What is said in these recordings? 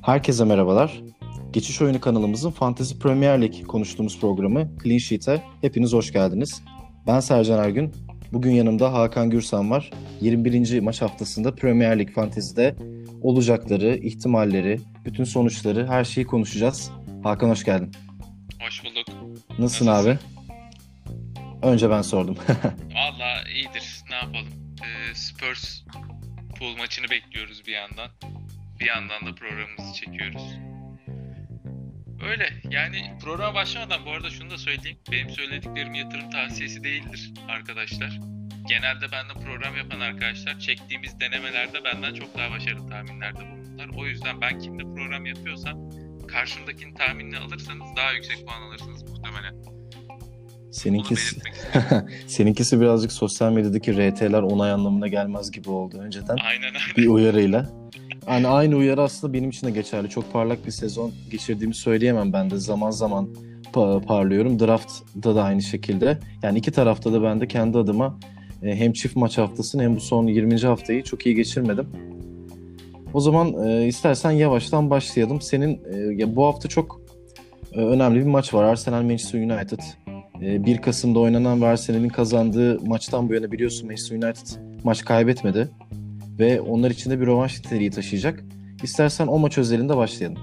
Herkese merhabalar. Geçiş Oyunu kanalımızın Fantasy Premier Lig konuştuğumuz programı Clean Sheet'e hepiniz hoş geldiniz. Ben Sercan Ergün. Bugün yanımda Hakan Gürsan var. 21. maç haftasında Premier Lig Fantasy'de olacakları, ihtimalleri, bütün sonuçları, her şeyi konuşacağız. Hakan hoş geldin. Hoş bulduk. Nasılsın Nasılsın? abi? Önce ben sordum. Valla iyidir. Ne yapalım? Spurs pool maçını bekliyoruz bir yandan. Bir yandan da programımızı çekiyoruz. Öyle. Yani programa başlamadan bu arada şunu da söyleyeyim. Benim söylediklerim yatırım tavsiyesi değildir arkadaşlar. Genelde benden program yapan arkadaşlar çektiğimiz denemelerde benden çok daha başarılı tahminlerde bulundular. O yüzden ben kimle program yapıyorsam karşımdakinin tahminini alırsanız daha yüksek puan alırsınız muhtemelen. Bunu Seninkisi, belirtmek isterim. seninkisi birazcık sosyal medyadaki RT'ler onay anlamına gelmez gibi oldu önceden. Aynen Bir aynen. uyarıyla. Yani aynı uyarı aslında benim için de geçerli. Çok parlak bir sezon geçirdiğimi söyleyemem ben de. Zaman zaman parlıyorum. Draft'da da aynı şekilde. Yani iki tarafta da ben de kendi adıma hem çift maç haftasını hem bu son 20. haftayı çok iyi geçirmedim. O zaman istersen yavaştan başlayalım. Senin ya bu hafta çok önemli bir maç var. Arsenal Manchester United. 1 Kasım'da oynanan ve Arsenal'in kazandığı maçtan bu yana biliyorsun Manchester United maç kaybetmedi. Ve onlar için de bir rövanş niteliği taşıyacak. İstersen o maç özelinde başlayalım.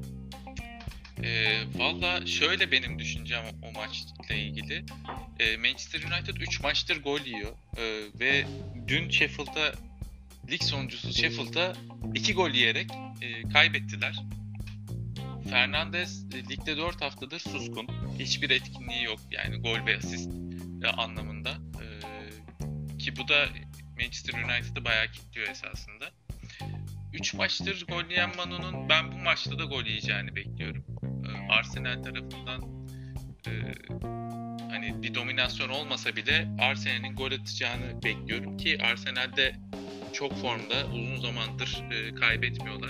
Valla şöyle benim düşüncem o maçla ilgili. Manchester United 3 maçtır gol yiyor. Ve dün Sheffield'a, lig sonuncusu Sheffield'a 2 gol yiyerek kaybettiler. Fernandes ligde 4 haftadır suskun. Hiçbir etkinliği yok yani gol ve asist anlamında. Ki bu da Manchester United'ı bayağı kilitliyor esasında. 3 maçtır gol yiyen Manu'nun ben bu maçta da gol yiyeceğini bekliyorum. Arsenal tarafından e, hani bir dominasyon olmasa bile Arsenal'in gol atacağını bekliyorum ki Arsenal'de çok formda uzun zamandır kaybetmiyorlar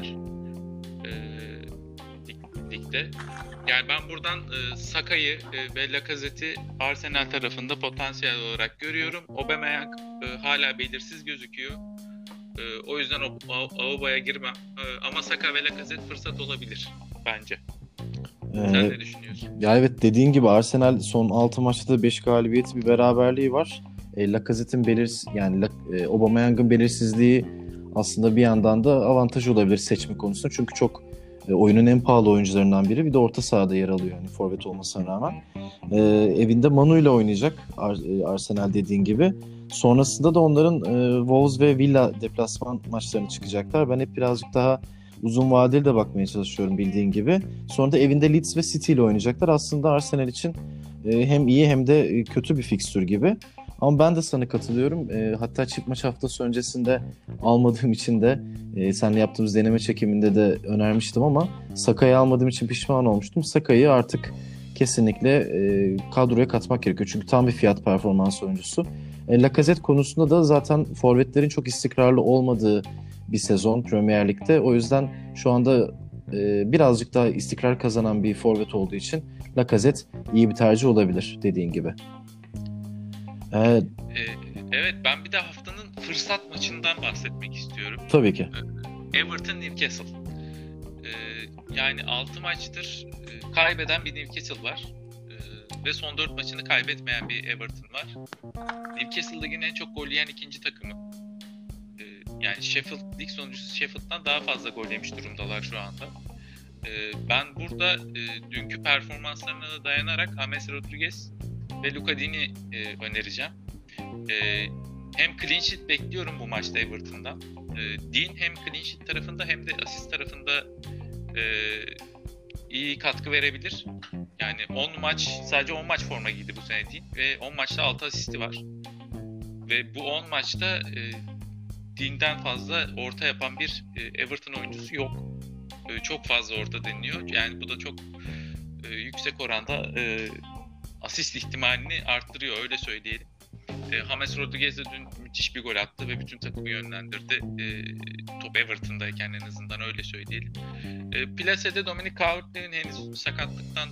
ligde. Yani ben buradan Saka'yı ve Lacazette'i Arsenal tarafında potansiyel olarak görüyorum. Aubameyang hala belirsiz gözüküyor. O yüzden Auba'ya girmem. Ama Saka ve Lacazette fırsat olabilir bence. Sen Ee, ne düşünüyorsun? Ya evet dediğin gibi Arsenal son 6 maçta da 5 galibiyeti bir beraberliği var. Lacazette'in Aubameyang'ın belirsizliği aslında bir yandan da avantaj olabilir seçme konusunda. Çünkü çok oyunun en pahalı oyuncularından biri. Bir de orta sahada yer alıyor yani forvet olmasına rağmen. Evinde Manu ile oynayacak Arsenal dediğin gibi. Sonrasında da onların Wolves ve Villa deplasman maçlarına çıkacaklar. Ben hep birazcık daha uzun vadeli de bakmaya çalışıyorum bildiğin gibi. Sonra da evinde Leeds ve City ile oynayacaklar. Aslında Arsenal için hem iyi hem de kötü bir fikstür gibi. Ama ben de sana katılıyorum. Hatta çift maç haftası öncesinde almadığım için de seninle yaptığımız deneme çekiminde de önermiştim ama Saka'yı almadığım için pişman olmuştum. Saka'yı artık kesinlikle kadroya katmak gerekiyor. Çünkü tam bir fiyat performans oyuncusu. Lacazette konusunda da zaten forvetlerin çok istikrarlı olmadığı bir sezon Premier Lig'de. O yüzden şu anda birazcık daha istikrar kazanan bir forvet olduğu için Lacazette iyi bir tercih olabilir dediğin gibi. E, E, evet, ben bir de haftanın fırsat maçından bahsetmek istiyorum. tabii ki. Everton Newcastle. E, Yani 6 maçtır kaybeden bir Newcastle var. Ve son 4 maçını kaybetmeyen bir Everton var. Newcastle ligin en çok gol yiyen ikinci takımı. Yani Sheffield, lig sonuncusu Sheffield'dan daha fazla gol yemiş durumdalar şu anda. Ben burada dünkü performanslarına da dayanarak James Rodriguez ve Luka Dini önereceğim. Hem clean sheet bekliyorum bu maçta Everton'dan. Dean hem clean sheet tarafında hem de asist tarafında e, iyi katkı verebilir. Yani 10 maç, sadece 10 maç forma giydi bu sene Dean ve 10 maçta 6 asisti var. Ve bu 10 maçta Dean'den fazla orta yapan bir Everton oyuncusu yok. Çok fazla orta deniliyor. Yani bu da çok yüksek oranda asist ihtimalini arttırıyor, öyle söyleyelim. James Rodriguez de dün müthiş bir gol attı ve bütün takımı yönlendirdi. Top Everton'dayken en azından, öyle söyleyelim. Place'de Dominic Calvert-Lewin henüz sakatlıktan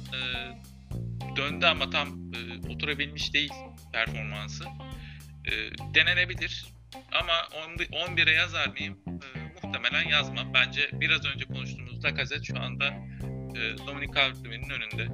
döndü ama tam oturabilmiş değil performansı. Denenebilir ama 11'e yazar mıyım? Muhtemelen yazmam. Bence biraz önce konuştuğumuz Lacazette şu anda Dominic Calvert-Lewin'in önünde.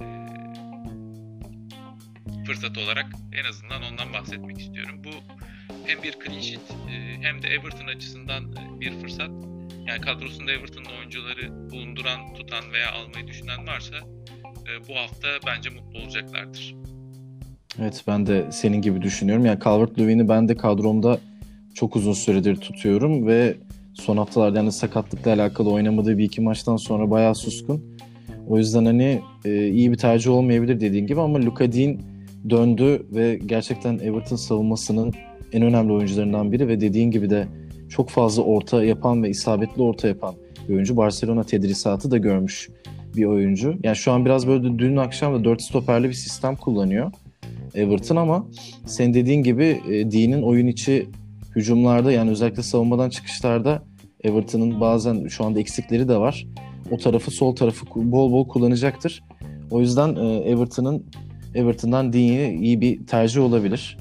Fırsat olarak en azından ondan bahsetmek istiyorum. Bu hem bir clean sheet hem de Everton açısından bir fırsat. Yani kadrosunda Everton'ın oyuncuları bulunduran, tutan veya almayı düşünen varsa bu hafta bence mutlu olacaklardır. Evet, ben de senin gibi düşünüyorum. Yani Calvert-Lewin'i ben de kadromda çok uzun süredir tutuyorum ve son haftalarda yani sakatlıkla alakalı oynamadığı bir iki maçtan sonra bayağı suskun. O yüzden hani iyi bir tercih olmayabilir dediğin gibi ama Luka Dean döndü ve gerçekten Everton savunmasının en önemli oyuncularından biri ve dediğin gibi de çok fazla orta yapan ve isabetli orta yapan bir oyuncu. Barcelona tedrisatı da görmüş bir oyuncu. Yani şu an biraz böyle dün akşam da 4 stoperli bir sistem kullanıyor Everton ama senin dediğin gibi Dean'in oyun içi hücumlarda yani özellikle savunmadan çıkışlarda Everton'ın bazen şu anda eksikleri de var. O tarafı sol tarafı bol bol kullanacaktır. O yüzden Everton'dan Dean'i iyi bir tercih olabilir.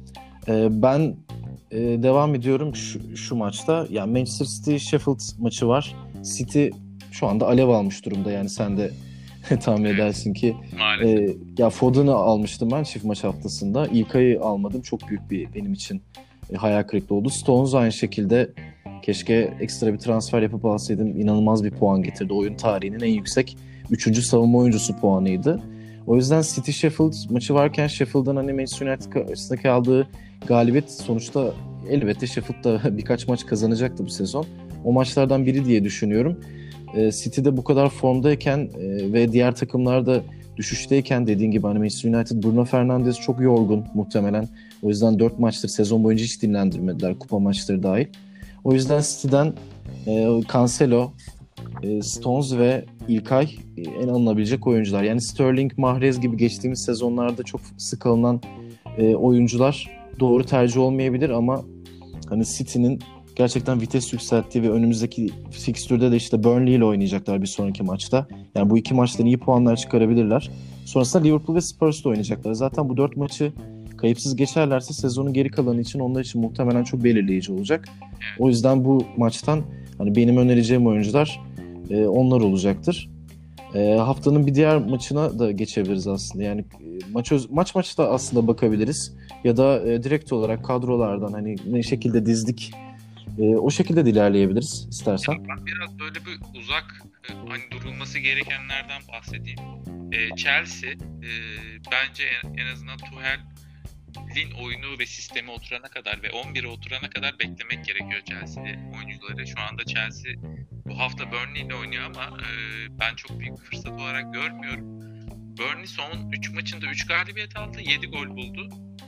Ben devam ediyorum şu maçta. Yani Manchester City Sheffield maçı var. City şu anda alev almış durumda. Yani sen de tahmin edersin ki. Maalesef. Ya Foden'ı almıştım ben çift maç haftasında. İlkay'ı almadım. Çok büyük bir benim için hayal kırıklığı oldu. Stones aynı şekilde keşke ekstra bir transfer yapıp alsaydım. İnanılmaz bir puan getirdi. Oyun tarihinin en yüksek 3. savunma oyuncusu puanıydı. O yüzden City Sheffield maçı varken Sheffield'ın hani Manchester United karşısındaki aldığı galibiyet sonuçta elbette Sheffield da birkaç maç kazanacaktı bu sezon. O maçlardan biri diye düşünüyorum. City'de bu kadar formdayken ve diğer takımlar da düşüşteyken dediğin gibi hani Manchester United Bruno Fernandes çok yorgun muhtemelen. O yüzden 4 maçtır sezon boyunca hiç dinlendirmediler kupa maçları dahil. O yüzden City'den Cancelo, Stones ve İlkay en alınabilecek oyuncular. Yani Sterling, Mahrez gibi geçtiğimiz sezonlarda çok sık alınan oyuncular doğru tercih olmayabilir ama hani City'nin gerçekten vites yükselttiği ve önümüzdeki fikstürde de işte Burnley ile oynayacaklar bir sonraki maçta. Yani bu iki maçtan iyi puanlar çıkarabilirler. Sonrasında Liverpool ve Spurs'la oynayacaklar. Zaten bu 4 maçı kayıpsız geçerlerse sezonun geri kalanı için onlar için muhtemelen çok belirleyici olacak. O yüzden bu maçtan hani benim önereceğim oyuncular onlar olacaktır. Haftanın bir diğer maçına da geçebiliriz aslında. Yani maç da aslında bakabiliriz. Ya da direkt olarak kadrolardan hani ne şekilde dizdik o şekilde de ilerleyebiliriz istersen. Ben biraz böyle bir uzak hani durulması gerekenlerden bahsedeyim. Chelsea bence en azından Tuchel'in oyunu ve sistemi oturana kadar ve 11'e oturana kadar beklemek gerekiyor Chelsea oyuncuları. Şu anda Chelsea bu hafta Burnley ile oynuyor ama ben çok büyük bir fırsat olarak görmüyorum. Burnley son 3 maçında 3 galibiyet aldı, 7 gol buldu.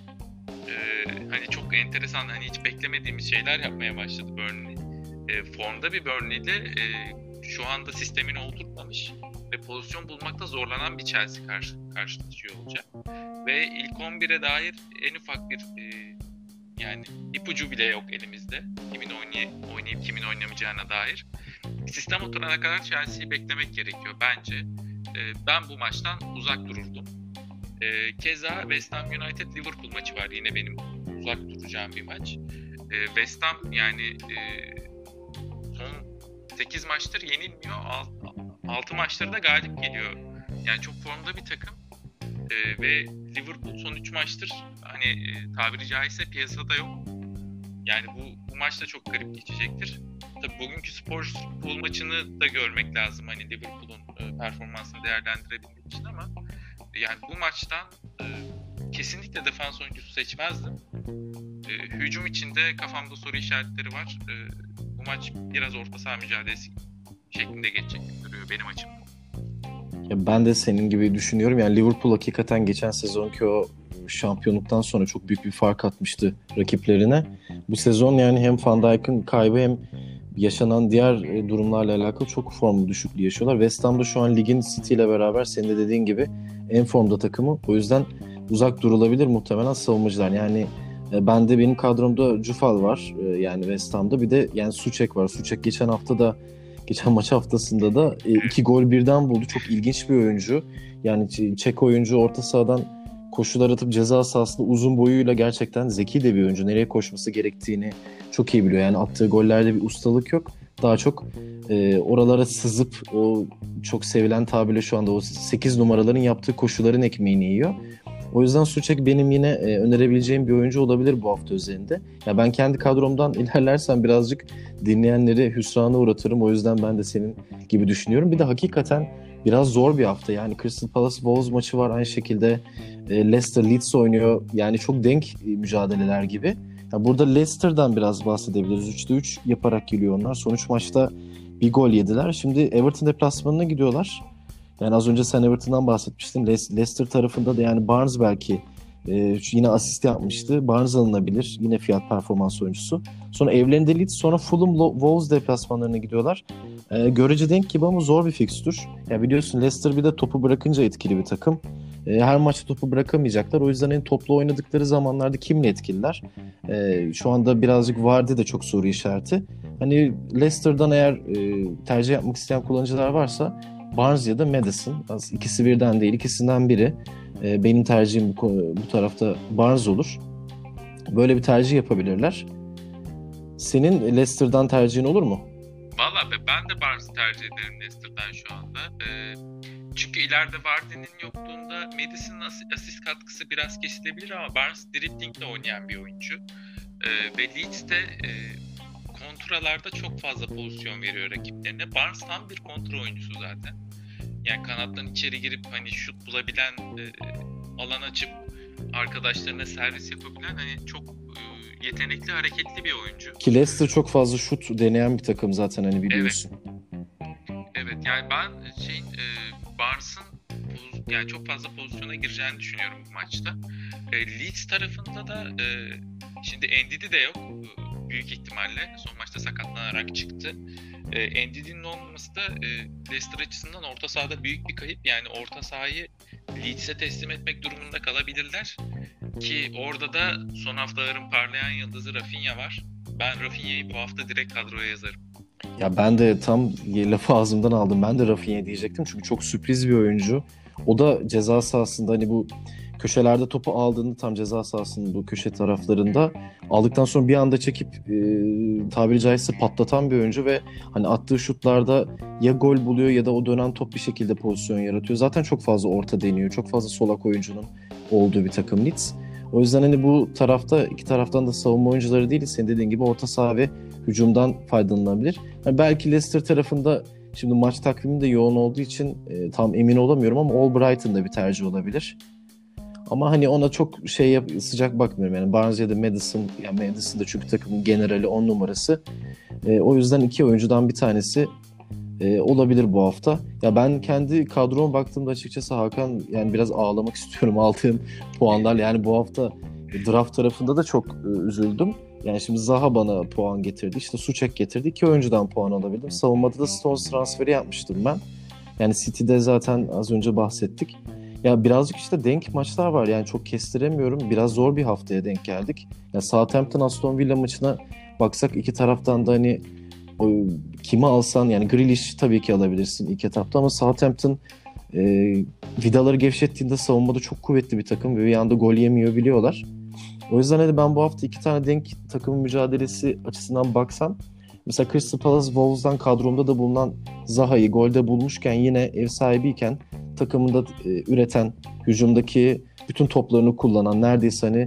Hani çok enteresan, hani hiç beklemediğimiz şeyler yapmaya başladı Burnley. Formda bir Burnley'de şu anda sistemini oturtmamış ve pozisyon bulmakta zorlanan bir Chelsea karşılaşıyor olacak. Ve ilk 11'e dair en ufak bir yani ipucu bile yok elimizde. Kimin oynayıp kimin oynamayacağına dair. Sistem oturana kadar Chelsea'yi beklemek gerekiyor bence. Ben bu maçtan uzak dururdum. Keza West Ham United Liverpool maçı var. Yine benim uzak duracağım bir maç. West Ham yani son 8 maçtır yenilmiyor. 6 maçları da galip geliyor. Yani çok formda bir takım. Ve Liverpool son 3 maçtır hani tabiri caizse piyasada yok. Yani bu maç da çok garip geçecektir. Tabii bugünkü Spurs maçını da görmek lazım hani Liverpool'un performansını değerlendirebilmek için ama yani bu maçtan kesinlikle defans oyuncusu seçmezdim. Hücum içinde kafamda soru işaretleri var. Bu maç biraz orta saha mücadelesi şeklinde geçecek gibi duruyor benim açımdan. Ya ben de senin gibi düşünüyorum. Yani Liverpool hakikaten geçen sezonki o şampiyonluktan sonra çok büyük bir fark atmıştı rakiplerine. Bu sezon yani hem Van Dijk'ın kaybı hem yaşanan diğer durumlarla alakalı çok form düşüklüğü yaşıyorlar. West Ham'da şu an ligin City ile beraber senin de dediğin gibi en formda takımı. O yüzden uzak durulabilir muhtemelen savunmacılar. Yani benim kadromda Cufal var yani West Ham'da. Bir de yani Souček var. Souček geçen maç haftasında da 2 gol birden buldu. Çok ilginç bir oyuncu. Yani Çek oyuncu orta sahadan koşular atıp ceza sahasında uzun boyuyla gerçekten zeki de bir oyuncu. Nereye koşması gerektiğini çok iyi biliyor. Yani attığı gollerde bir ustalık yok. daha çok oralara sızıp o çok sevilen tabirle şu anda o 8 numaraların yaptığı koşuların ekmeğini yiyor. O yüzden Souček benim yine önerebileceğim bir oyuncu olabilir bu hafta üzerinde. Ya ben kendi kadromdan ilerlersem birazcık dinleyenleri hüsrana uğratırım. O yüzden ben de senin gibi düşünüyorum. Bir de hakikaten biraz zor bir hafta. Yani Crystal Palace Wolves maçı var aynı şekilde. Leicester Leeds oynuyor. Yani çok denk mücadeleler gibi. Ya burada Leicester'dan biraz bahsedebiliriz. 3'te 3 yaparak geliyor onlar. Sonuç maçta bir gol yediler. Şimdi Everton deplasmanına gidiyorlar. Yani az önce sen Everton'dan bahsetmiştin. Leicester tarafında da yani Barnes belki yine asist yapmıştı. Barnes alınabilir. Yine fiyat performans oyuncusu. Sonra evlerinde Leeds, sonra Fulham Wolves deplasmanlarına gidiyorlar. Görece denk gibi ama zor bir fikstür. Ya biliyorsun Leicester bir de topu bırakınca etkili bir takım. Her maçta topu bırakamayacaklar. O yüzden en toplu oynadıkları zamanlarda kimle etkililer? Şu anda birazcık Vardy de çok soru işareti. Hani Leicester'dan eğer tercih yapmak isteyen kullanıcılar varsa Barnes ya da Maddison. İkisi birden değil, ikisinden biri. Benim tercihim bu tarafta Barnes olur. Böyle bir tercih yapabilirler. Senin Leicester'dan tercihin olur mu? Valla ben de Barnes'ı tercih ederim Leicester'dan şu anda. Çünkü ileride Vardy'nin yokluğunda Maddison'ın asist katkısı biraz kesilebilir ama Barnes driblingle oynayan bir oyuncu. Ve Leeds'te kontralarda çok fazla pozisyon veriyor rakiplerine. Barnes tam bir kontra oyuncusu zaten. Yani kanattan içeri girip hani şut bulabilen, alan açıp arkadaşlarına servis yapabilen hani çok yetenekli, hareketli bir oyuncu. Ki Leicester çok fazla şut deneyen bir takım zaten hani biliyorsun. Evet yani ben Barnes'ın yani çok fazla pozisyona gireceğini düşünüyorum bu maçta. Leeds tarafında da şimdi Ndidi de yok büyük ihtimalle. Son maçta sakatlanarak çıktı. Ndidi'nin olmaması da Leicester açısından orta sahada büyük bir kayıp. Yani orta sahayı Leeds'e teslim etmek durumunda kalabilirler. Ki orada da son haftaların parlayan yıldızı Rafinha var. Ben Rafinha'yı bu hafta direkt kadroya yazarım. Ya ben de tam lafı ağzımdan aldım. Ben de Rafinha diyecektim çünkü çok sürpriz bir oyuncu. O da ceza sahasında hani bu köşelerde topu aldığında tam ceza sahasının bu köşe taraflarında aldıktan sonra bir anda çekip tabiri caizse patlatan bir oyuncu ve hani attığı şutlarda ya gol buluyor ya da o dönen top bir şekilde pozisyon yaratıyor. Zaten çok fazla orta deniyor. Çok fazla solak oyuncunun olduğu bir takım Leeds. O yüzden hani bu tarafta iki taraftan da savunma oyuncuları değil, senin dediğin gibi orta saha ve hücumdan faydalanabilir. Yani belki Leicester tarafında şimdi maç takvimi de yoğun olduğu için tam emin olamıyorum ama Albrighton da bir tercih olabilir. Ama hani ona çok sıcak bakmıyorum. Yani Barnes ya da Maddison, yani Maddison da çünkü takımın generali 10 numarası. O yüzden iki oyuncudan bir tanesi olabilir bu hafta. Ya ben kendi kadroma baktığımda açıkçası Hakan yani biraz ağlamak istiyorum aldığım puanlar. Yani bu hafta draft tarafında da çok üzüldüm. Yani şimdi Zaha bana puan getirdi. İşte Souček getirdi. 2 oyuncudan puan alabildim. Savunmada da Stones transferi yapmıştım ben. Yani City'de zaten az önce bahsettik. Ya birazcık işte denk maçlar var. Yani çok kestiremiyorum. Biraz zor bir haftaya denk geldik. Ya Southampton Aston Villa maçına baksak iki taraftan da hani kimi alsan yani Grealish tabii ki alabilirsin ilk etapta ama Southampton vidaları gevşettiğinde savunmada çok kuvvetli bir takım ve bir anda gol yemiyor biliyorlar. O yüzden hani ben bu hafta iki tane denk takımın mücadelesi açısından baksam mesela Crystal Palace Wolves'dan kadromda da bulunan Zaha'yı golde bulmuşken yine ev sahibiyken takımında üreten, hücumdaki bütün toplarını kullanan neredeyse hani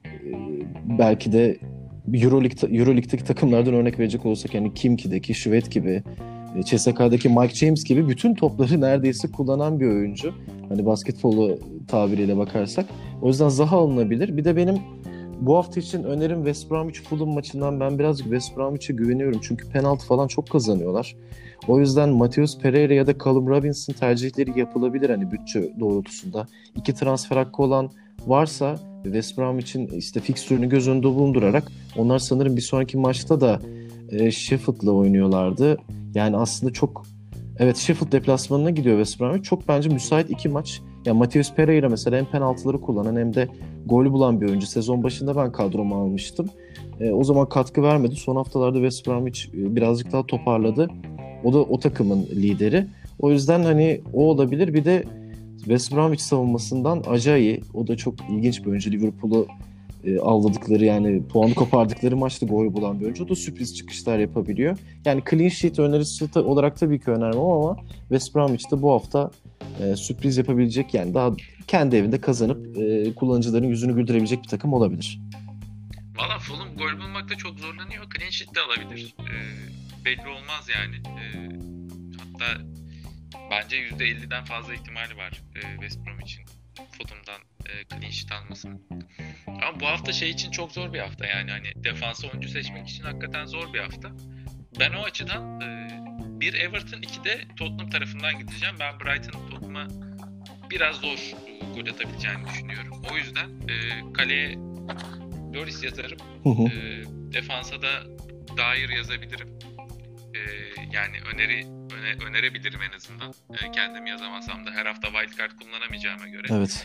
belki de Euroleague'deki takımlardan örnek verecek olursak yani Kimki'deki, Şivet gibi, CSK'daki Mike James gibi bütün topları neredeyse kullanan bir oyuncu. Hani basketbolu tabiriyle bakarsak. O yüzden Zaha alınabilir. Bir de benim bu hafta için önerim West Bromwich Fulham maçından ben birazcık West Bromwich'e güveniyorum. Çünkü penaltı falan çok kazanıyorlar. O yüzden Matheus Pereira ya da Callum Robinson tercihleri yapılabilir hani bütçe doğrultusunda. 2 transfer hakkı olan varsa West Bromwich'in işte fikstürünü göz önünde bulundurarak onlar sanırım bir sonraki maçta da Sheffield'la oynuyorlardı. Yani aslında çok Sheffield deplasmanına gidiyor West Bromwich. Çok bence müsait 2 maç. Yani Matheus Pereira mesela hem penaltıları kullanan hem de gol bulan bir oyuncu. Sezon başında ben kadroma almıştım. O zaman katkı vermedi. Son haftalarda West Bromwich birazcık daha toparladı. O da o takımın lideri. O yüzden hani o olabilir. Bir de West Bromwich savunmasından Ajayi. O da çok ilginç bir oyuncu. Liverpool'u avladıkları yani puanı kopardıkları maçta gol bulan bir oyuncu. O da sürpriz çıkışlar yapabiliyor. Yani clean sheet önerisi olarak tabii ki önermem ama West Bromwich'te bu hafta sürpriz yapabilecek yani daha kendi evinde kazanıp kullanıcıların yüzünü güldürebilecek bir takım olabilir. Valla Fulham gol bulmakta çok zorlanıyor. Clean sheet de alabilir. Belli olmaz yani. Hatta bence %50'den fazla ihtimali var West Bromwich'in Fulham'dan clean sheet almasının. Ama bu hafta şey için çok zor bir hafta yani hani defansa oyuncu seçmek için hakikaten zor bir hafta. Ben o açıdan bir Everton, iki de Tottenham tarafından gideceğim. Ben Brighton Tottenham'a biraz zor gol atabileceğini düşünüyorum. O yüzden kaleye Lloris yazarım. Defansa da Dyer yazabilirim. Yani önerebilirim en azından. Kendim yazamasam da her hafta wildcard kullanamayacağıma göre. Evet.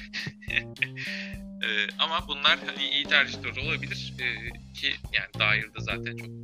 Ama bunlar hani iyi tercihler olabilir. Ki yani Dyer'da zaten çok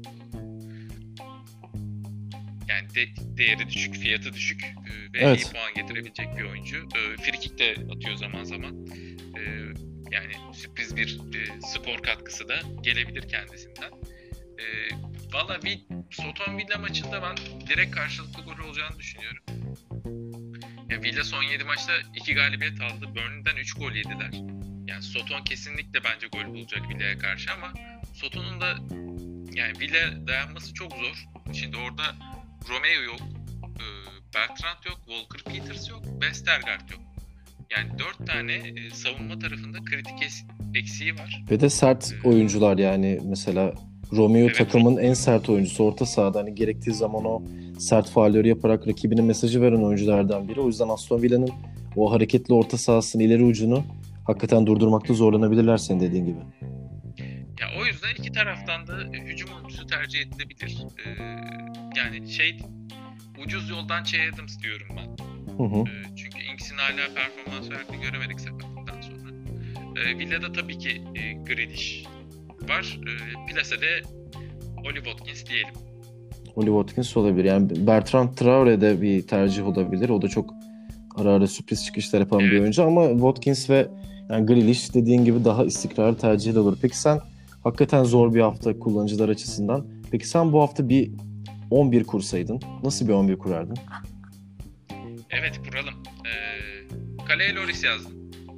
yani değeri düşük, fiyatı düşük ve evet. iyi puan getirebilecek bir oyuncu. Frikik de atıyor zaman zaman. Yani sürpriz bir skor katkısı da gelebilir kendisinden. Valla Soton Villa maçında ben direkt karşılıklı gol olacağını düşünüyorum. Ya Villa son 7 maçta 2 galibiyet aldı. Burnley'den 3 gol yediler. Yani Soton kesinlikle bence gol bulacak Villa'ya karşı ama Soton'un da yani Villa dayanması çok zor. Şimdi orada Romeo yok, Bertrand yok, Walker Peters yok, Vestergaard yok. Yani 4 tane savunma tarafında kritik eksiği var. Ve de sert oyuncular yani mesela Romeo evet, takımın en sert oyuncusu. Orta sahada hani gerektiği zaman o sert faulleri yaparak rakibine mesajı veren oyunculardan biri. O yüzden Aston Villa'nın o hareketli orta sahasının ileri ucunu hakikaten durdurmakta zorlanabilirler senin dediğin gibi. Ya o yüzden iki taraftan da hücum oyuncusu tercih edilebilir. Yani ucuz yoldan Che Adams diyorum ben. Çünkü Inks'in hala performans verdiğini göremedik sakatlıktan sonra. Villa'da tabii ki Grealish var. Place'de Oli Watkins diyelim. Oli Watkins olabilir. Yani Bertrand Traore de bir tercih olabilir. O da çok ara ara sürpriz çıkışlar yapan bir oyuncu ama Watkins ve yani Grealish dediğin gibi daha istikrarlı tercihler olur. Peki sen hakikaten zor bir hafta kullanıcılar açısından. Peki sen bu hafta bir 11 kursaydın. Nasıl bir 11 kurardın? Evet kuralım. Kaleye Lloris yazdım.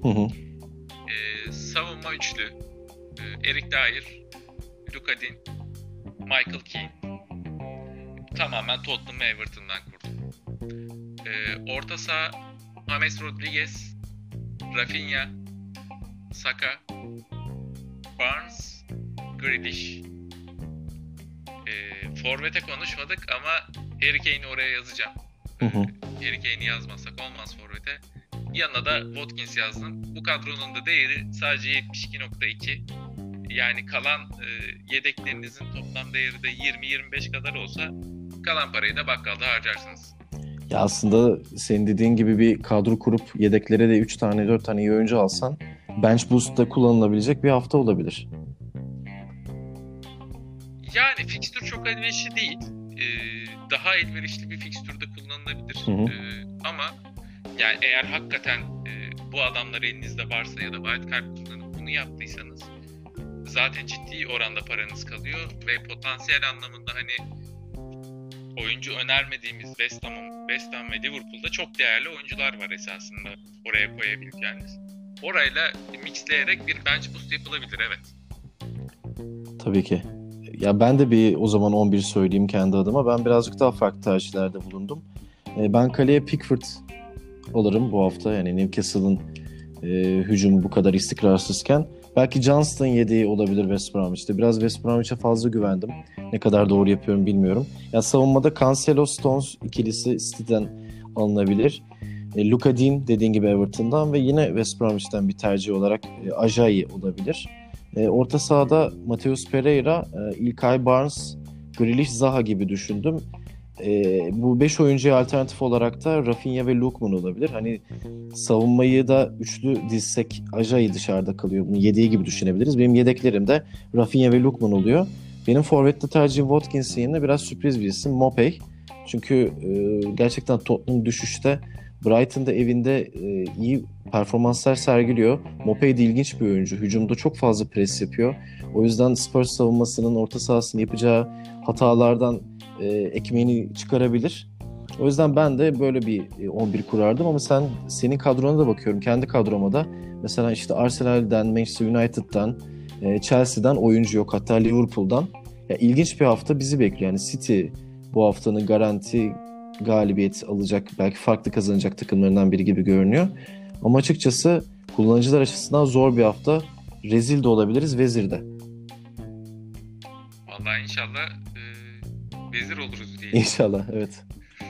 Savunma üçlü. Eric Dyer, Luka Dean, Michael Keane. Tamamen Tottenham ve Everton'dan kurdum. Orta saha James Rodriguez, Rafinha, Saka, Barnes, Grealish. Forvet'e konuşmadık ama Harry Kane'i oraya yazacağım. Harry Kane'i yazmazsak olmaz forvet'e. Yanına da Watkins yazdım. Bu kadronun da değeri sadece 72.2. Yani kalan yedeklerinizin toplam değeri de 20-25 kadar olsa kalan parayı da bakkalda harcarsınız. Ya aslında senin dediğin gibi bir kadro kurup yedeklere de 3 tane 4 tane iyi oyuncu alsan bench boost'ta kullanılabilecek bir hafta olabilir. Yani fikstür çok elverişli değil. Daha elverişli bir fikstürde kullanılabilir. Ama yani eğer hakikaten bu adamlar elinizde varsa ya da wildcard kullanıp bunu yaptıysanız zaten ciddi oranda paranız kalıyor ve potansiyel anlamında hani oyuncu önermediğimiz West Ham ve Liverpool'da çok değerli oyuncular var esasında oraya koyabileceğiniz. Orayla mixleyerek bir bench boost yapılabilir evet. Tabii ki. Ya ben de o zaman 11 söyleyeyim kendi adıma. Ben birazcık daha farklı tercihlerde bulundum. Ben kaleye Pickford alırım bu hafta. Yani Newcastle'ın hücumu bu kadar istikrarsızken. Belki Johnston yedeği olabilir West Bromwich'te. Biraz West Bromwich'e fazla güvendim. Ne kadar doğru yapıyorum bilmiyorum. Ya savunmada Cancelo Stones ikilisi City'den alınabilir. Luka Dean dediğin gibi Everton'dan ve yine West Bromwich'ten bir tercih olarak Ajayi olabilir. Orta sahada Mateus Pereira, İlkay Barnes, Grealish, Zaha gibi düşündüm. Bu 5 oyuncuya alternatif olarak da Rafinha ve Lookman olabilir. Hani savunmayı da üçlü dizsek Ajayi dışarıda kalıyor. Bunu yedeği gibi düşünebiliriz. Benim yedeklerim de Rafinha ve Lookman oluyor. Benim forvette tercihim Watkins'in yerine biraz sürpriz bir isim Mopey. Çünkü gerçekten Tottenham düşüşte Brighton'da evinde iyi performanslar sergiliyor. Mopey de ilginç bir oyuncu. Hücumda çok fazla pres yapıyor. O yüzden Spurs savunmasının orta sahasını yapacağı hatalardan ekmeğini çıkarabilir. O yüzden ben de böyle bir 11 kurardım ama senin kadrona da bakıyorum. Kendi kadroma da mesela işte Arsenal'den, Manchester United'dan, Chelsea'den oyuncu yok. Hatta Liverpool'dan. Ya ilginç bir hafta bizi bekliyor. Yani City bu haftanın garanti galibiyet alacak, belki farklı kazanacak takımlarından biri gibi görünüyor. Ama açıkçası kullanıcılar açısından zor bir hafta. Rezil de olabiliriz, vezir de. Vallahi inşallah vezir oluruz diye. İnşallah, evet.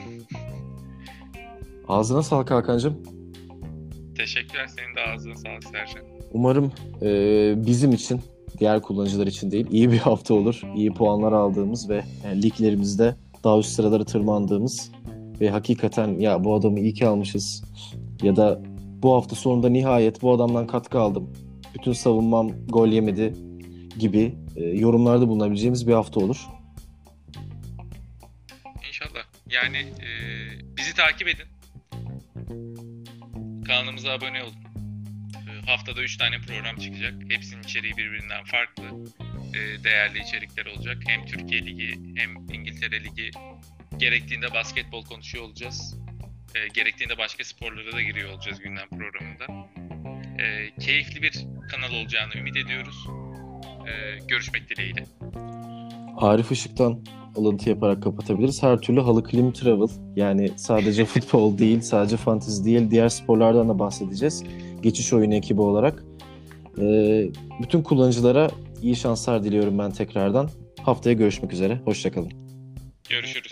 Ağzına sağlık Hakan'cığım. Teşekkürler. Senin de ağzına sağlık Sercan. Umarım bizim için, diğer kullanıcılar için değil, iyi bir hafta olur. İyi puanlar aldığımız ve liglerimizde daha üst sıralara tırmandığımız ve hakikaten ya bu adamı iyi ki almışız ya da bu hafta sonunda nihayet bu adamdan katkı aldım, bütün savunmam gol yemedi gibi yorumlarda bulunabileceğimiz bir hafta olur. İnşallah. Yani bizi takip edin. Kanalımıza abone olun. Haftada 3 tane program çıkacak. Hepsinin içeriği birbirinden farklı. Değerli içerikler olacak. Hem Türkiye Ligi hem İngiltere Ligi. Gerektiğinde basketbol konuşuyor olacağız. Gerektiğinde başka sporlara da giriyor olacağız gündem programında. Keyifli bir kanal olacağını ümit ediyoruz. Görüşmek dileğiyle. Arif Işık'tan alıntı yaparak kapatabiliriz. Her türlü halı klim travel, yani sadece futbol değil, sadece fantezi değil, diğer sporlardan da bahsedeceğiz. Geçiş oyunu ekibi olarak. Bütün kullanıcılara iyi şanslar diliyorum ben tekrardan. Haftaya görüşmek üzere. Hoşça kalın. Görüşürüz.